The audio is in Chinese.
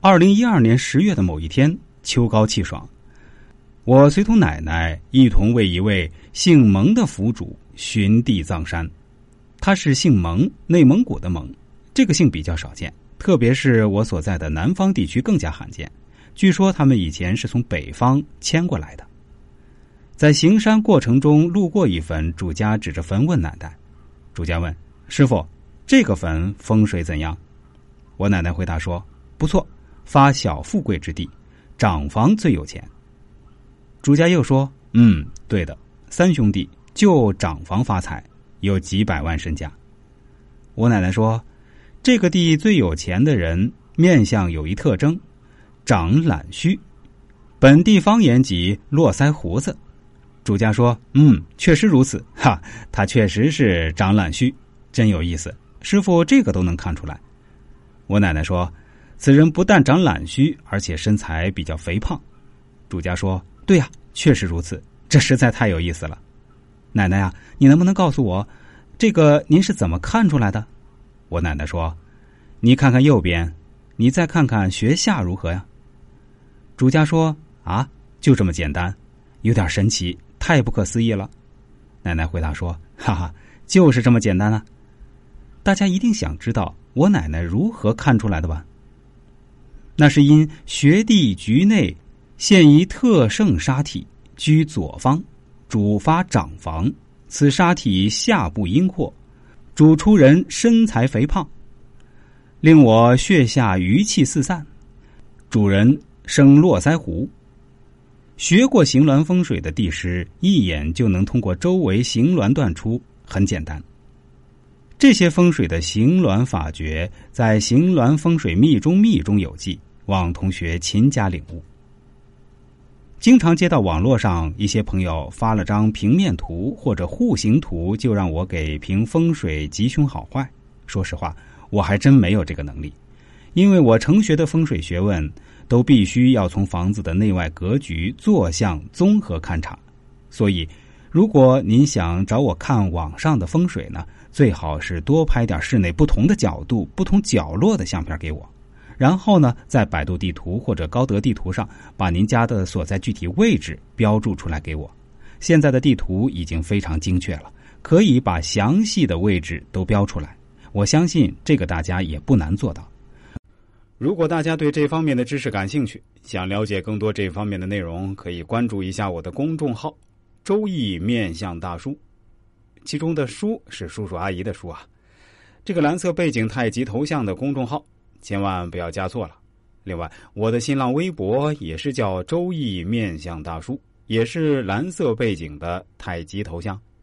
2012年10月的某一天，秋高气爽，我随同奶奶一同为一位姓蒙的府主寻地藏山。他是姓蒙，内蒙古的蒙，这个姓比较少见，特别是我所在的南方地区更加罕见。据说他们以前是从北方迁过来的。在行山过程中路过一坟，主家指着坟问奶奶。主家问：师傅，这个坟风水怎样？我奶奶回答说：不错，发小富贵之地，长房最有钱。主家又说：对的，3兄弟就长房发财，有几百万身家。我奶奶说：这个地最有钱的人面相有一特征，长懒须，本地方言即络腮胡子。主家说：确实如此，他确实是长懒须，真有意思，师傅这个都能看出来。我奶奶说：此人不但长懒须，而且身材比较肥胖。主家说：对呀，确实如此，这实在太有意思了。奶奶啊，你能不能告诉我，这个您是怎么看出来的？我奶奶说：你看看右边，你再看看学下如何呀？主家说：就这么简单，有点神奇，太不可思议了。奶奶回答说：就是这么简单啊。大家一定想知道我奶奶如何看出来的吧？那是因学地局内现一特盛沙体，居左方，主发长房，此沙体下部阴阔，主出人身材肥胖，令我血下余气四散，主人生络腮胡。学过行峦风水的地师一眼就能通过周围行峦断出，很简单。这些风水的行峦法诀在《行峦风水秘中秘》中有记，望同学勤加领悟。经常接到网络上一些朋友发了张平面图或者户型图，就让我给评风水吉凶好坏。说实话，我还真没有这个能力，因为我成学的风水学问都必须要从房子的内外格局、坐向综合勘察。所以如果您想找我看网上的风水呢，最好是多拍点室内不同的角度、不同角落的相片给我，然后呢，在百度地图或者高德地图上把您家的所在具体位置标注出来给我。现在的地图已经非常精确了，可以把详细的位置都标出来，我相信这个大家也不难做到。如果大家对这方面的知识感兴趣，想了解更多这方面的内容，可以关注一下我的公众号周易面相大叔，其中的叔是叔叔阿姨的叔啊。这个蓝色背景太极头像的公众号千万不要加错了。另外，我的新浪微博也是叫周易面相大叔，也是蓝色背景的太极头像。